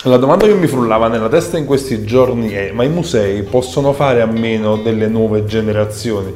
La domanda che mi frullava nella testa in questi giorni è: ma i musei possono fare a meno delle nuove generazioni?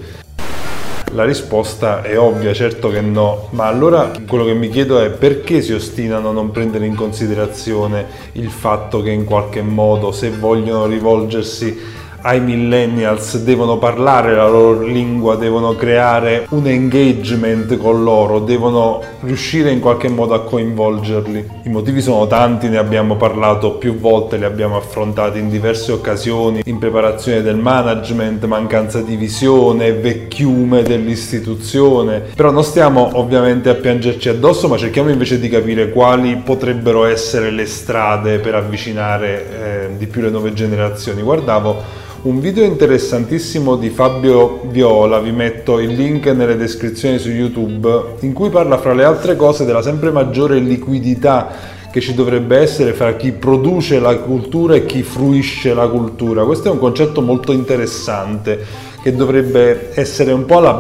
La risposta è ovvia, certo che no, ma allora quello che mi chiedo è: perché si ostinano a non prendere in considerazione il fatto che in qualche modo, se vogliono rivolgersi ai millennials, devono parlare la loro lingua, devono creare un engagement con loro, devono riuscire in qualche modo a coinvolgerli. I motivi sono tanti, ne abbiamo parlato più volte, li abbiamo affrontati in diverse occasioni, in preparazione del management, mancanza di visione, vecchiume dell'istituzione, però non stiamo ovviamente a piangerci addosso, ma cerchiamo invece di capire quali potrebbero essere le strade per avvicinare di più le nuove generazioni. Guardavo un video interessantissimo di Fabio Viola, vi metto il link nelle descrizioni su YouTube, in cui parla fra le altre cose della sempre maggiore liquidità che ci dovrebbe essere fra chi produce la cultura e chi fruisce la cultura. Questo è un concetto molto interessante che dovrebbe essere un po' alla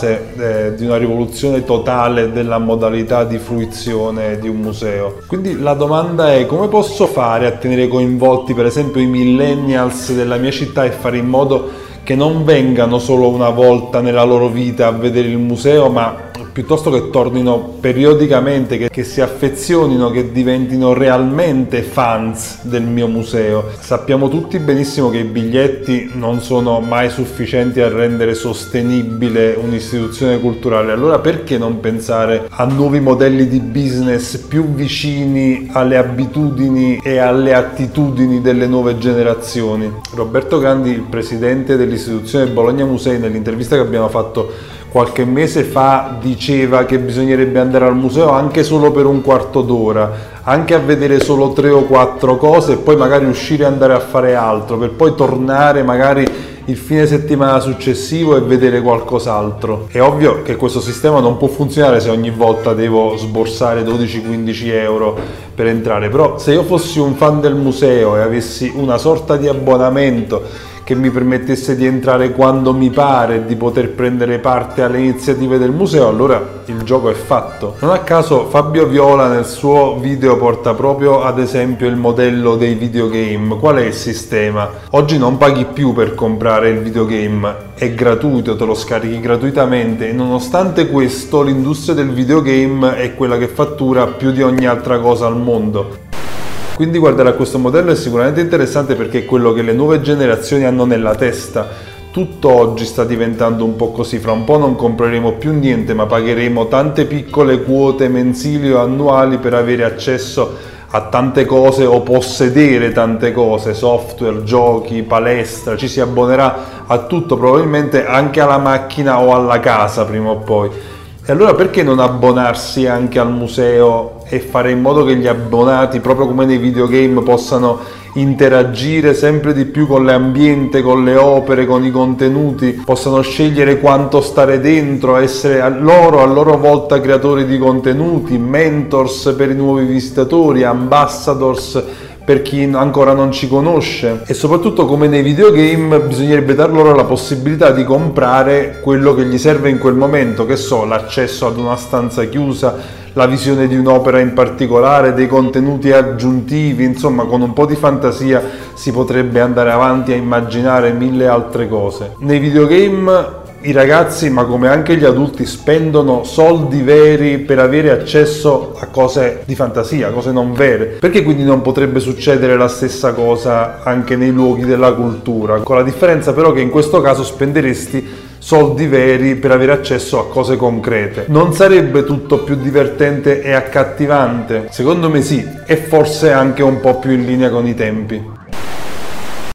base di una rivoluzione totale della modalità di fruizione di un museo. Quindi la domanda è: come posso fare a tenere coinvolti per esempio i millennials della mia città e fare in modo che non vengano solo una volta nella loro vita a vedere il museo, ma piuttosto che tornino periodicamente, che si affezionino, che diventino realmente fans del mio museo. Sappiamo tutti benissimo che i biglietti non sono mai sufficienti a rendere sostenibile un'istituzione culturale, allora perché non pensare a nuovi modelli di business più vicini alle abitudini e alle attitudini delle nuove generazioni? Roberto Grandi, il presidente dell'istituzione Bologna Musei, nell'intervista che abbiamo fatto qualche mese fa, diceva che bisognerebbe andare al museo anche solo per un quarto d'ora, anche a vedere solo 3 o 4 cose e poi magari uscire e andare a fare altro, per poi tornare magari il fine settimana successivo e vedere qualcos'altro. È ovvio che questo sistema non può funzionare se ogni volta devo sborsare 12-15 euro per entrare, però se io fossi un fan del museo e avessi una sorta di abbonamento che mi permettesse di entrare quando mi pare e di poter prendere parte alle iniziative del museo, allora il gioco è fatto. Non a caso Fabio Viola nel suo video porta proprio ad esempio il modello dei videogame. Qual è il sistema? Oggi non paghi più per comprare il videogame, è gratuito, te lo scarichi gratuitamente e nonostante questo l'industria del videogame è quella che fattura più di ogni altra cosa al mondo. Quindi guardare a questo modello è sicuramente interessante perché è quello che le nuove generazioni hanno nella testa. Tutto oggi sta diventando un po' così, fra un po' non compreremo più niente ma pagheremo tante piccole quote mensili o annuali per avere accesso a tante cose o possedere tante cose, software, giochi, palestra, ci si abbonerà a tutto, probabilmente anche alla macchina o alla casa prima o poi. E allora perché non abbonarsi anche al museo e fare in modo che gli abbonati, proprio come nei videogame, possano interagire sempre di più con l'ambiente, con le opere, con i contenuti, possano scegliere quanto stare dentro, essere a loro volta creatori di contenuti, mentors per i nuovi visitatori, ambassadors per chi ancora non ci conosce. E soprattutto, come nei videogame, bisognerebbe dar loro la possibilità di comprare quello che gli serve in quel momento, che so, l'accesso ad una stanza chiusa, la visione di un'opera in particolare, dei contenuti aggiuntivi, insomma con un po' di fantasia si potrebbe andare avanti a immaginare mille altre cose. Nei videogame i ragazzi, ma come anche gli adulti, spendono soldi veri per avere accesso a cose di fantasia, cose non vere. Perché quindi non potrebbe succedere la stessa cosa anche nei luoghi della cultura? Con la differenza però che in questo caso spenderesti soldi veri per avere accesso a cose concrete. Non sarebbe tutto più divertente e accattivante? Secondo me sì, e forse anche un po' più in linea con i tempi.